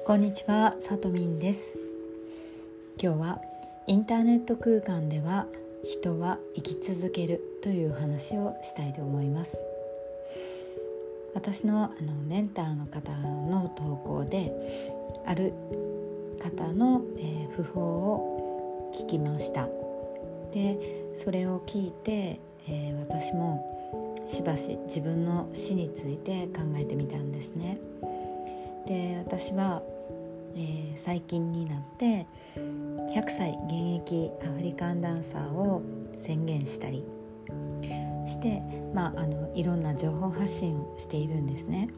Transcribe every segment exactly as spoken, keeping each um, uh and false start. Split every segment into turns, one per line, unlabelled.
こんにちは、さとみんです。今日はインターネット空間では人は生き続けるという話をしたいと思います。私のあのメンターの方の投稿である方の、えー、訃報を聞きました。でそれを聞いて、えー、私もしばし自分の死について考えてみたんですね。で私は、えー、最近になってひゃくさい現役アフリカンダンサーを宣言したりして、まあ、あのいろんな情報発信をしているんですね。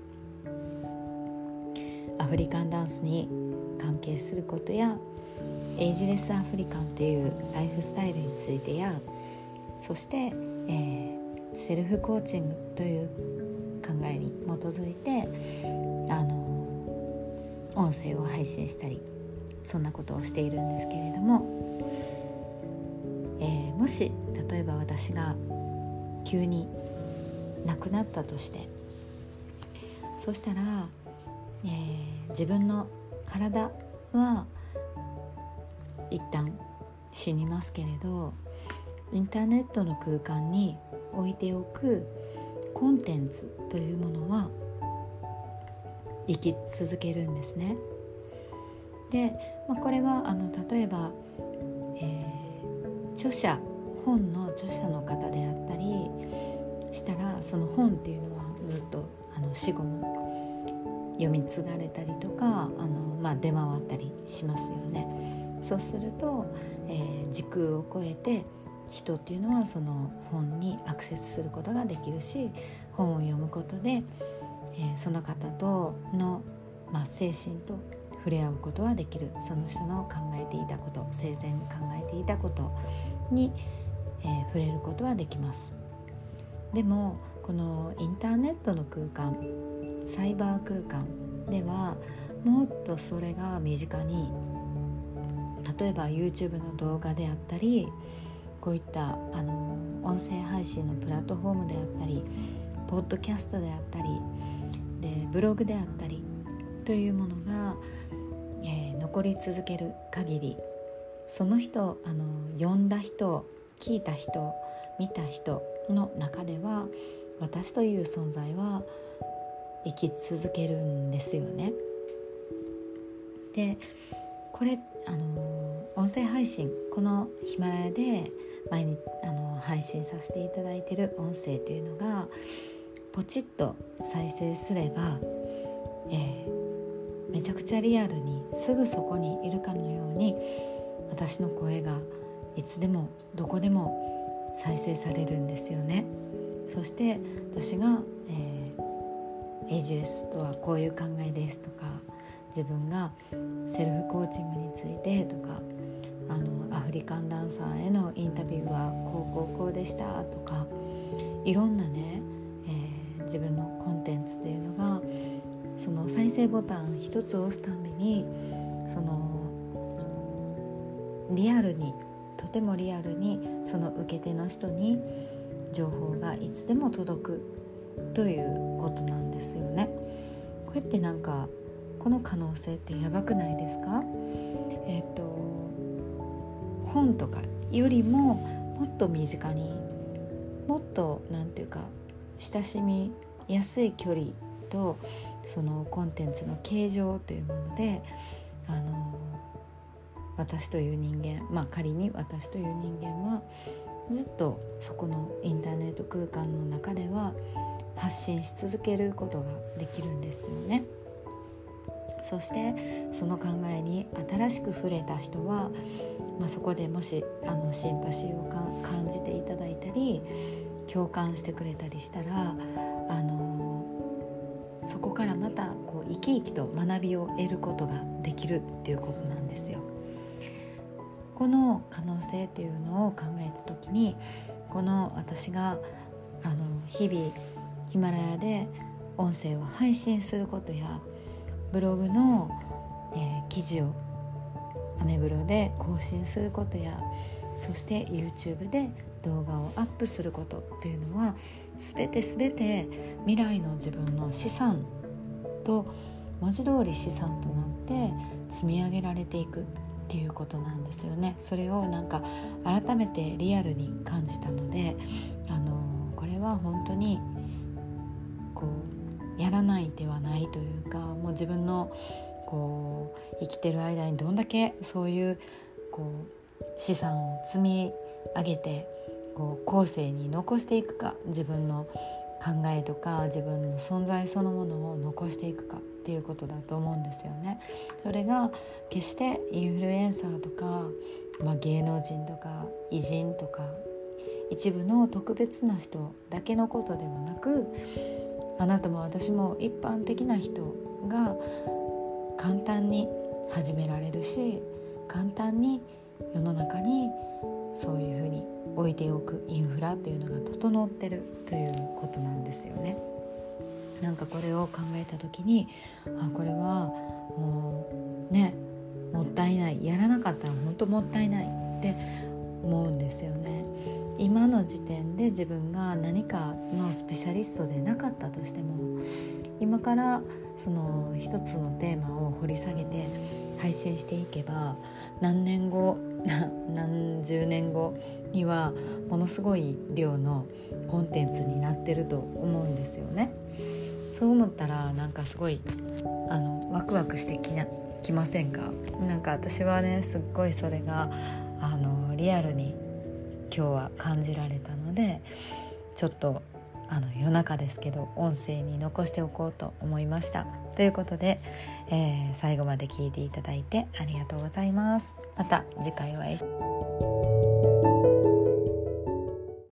アフリカンダンスに関係することやエイジレスアフリカンというライフスタイルについてや、そして、えー、セルフコーチングという考えに基づいてあの音声を配信したり、そんなことをしているんですけれども、えー、もし例えば私が急に亡くなったとして、そしたら、えー、自分の体は一旦死にますけれど、インターネットの空間に置いておくコンテンツというものは生き続けるんですね。で、まあ、これはあの例えば、えー、著者本の著者の方であったりしたら、その本っていうのはずっとあの死後も読み継がれたりとか、あの、まあ、出回ったりしますよね。そうすると、えー、時空を超えて人っていうのはその本にアクセスすることができるし、本を読むことで、えー、その方との、まあ、精神と触れ合うことはできる。その人の考えていたこと、生前考えていたことに、えー、触れることはできます。でもこのインターネットの空間、サイバー空間ではもっとそれが身近に、例えば YouTube の動画であったり、こういったあの音声配信のプラットフォームであったり、ポッドキャストであったりで、ブログであったりというものが、えー、残り続ける限り、その人、あの読んだ人、聞いた人、見た人の中では私という存在は生き続けるんですよね。でこれあの音声配信、このヒマラヤで毎日あの配信させていただいている音声というのがポチッと再生すれば、えー、めちゃくちゃリアルにすぐそこにいるかのように私の声がいつでもどこでも再生されるんですよね。そして私が、えー、エイジレスとはこういう考えですとか、自分がセルフコーチングについてとか、あのアフリカンダンサーへのインタビューはこうこうこうでしたとか、いろんなね、えー、自分のコンテンツというのがその再生ボタン一つ押すたびに、そのリアルに、とてもリアルにその受け手の人に情報がいつでも届くということなんですよね。これってなんかこの可能性ってやばくないですか？えっと本とかよりももっと身近に、もっとなんていうか親しみやすい距離とそのコンテンツの形状というもので、あの私という人間、まあ仮に私という人間はずっとそこのインターネット空間の中では発信し続けることができるんですよね。そしてその考えに新しく触れた人は、まあ、そこでもしあのシンパシーを感じていただいたり共感してくれたりしたら、あのそこからまたこう生き生きと学びを得ることができるっていうことなんですよ。この可能性っていうのを考えた時に、この私があの日々ヒマラヤで音声を配信することや、ブログの、えー、記事をアメブロで更新することや、そして YouTube で動画をアップすることっていうのは、すべてすべて未来の自分の資産と文字通り資産となって積み上げられていくっていうことなんですよね。それをなんか改めてリアルに感じたので、あのこれは本当にこうやらない手はないというか、もう自分のこう生きてる間にどんだけそういうこう資産を積み上げてこう後世に残していくか、自分の考えとか自分の存在そのものを残していくかっていうことだと思うんですよね。それが決してインフルエンサーとか、まあ、芸能人とか偉人とか一部の特別な人だけのことではなく、あなたも私も一般的な人が簡単に始められるし、簡単に世の中にそういうふうに置いておくインフラというのが整ってるということなんですよね。なんかこれを考えた時に、あ、これはもうね、もったいない、やらなかったら本当もったいないって思うんですよね。今の時点で自分が何かのスペシャリストでなかったとしても、今からその一つのテーマを掘り下げて配信していけば、何年後何十年後にはものすごい量のコンテンツになってると思うんですよね。そう思ったらなんかすごいあのワクワクしてきなきませんか？なんか私はね、すっごいそれがあのリアルに今日は感じられたので、ちょっとあの夜中ですけど音声に残しておこうと思いました。ということで、えー、最後まで聞いていただいてありがとうございます。また次回お会いしましょう。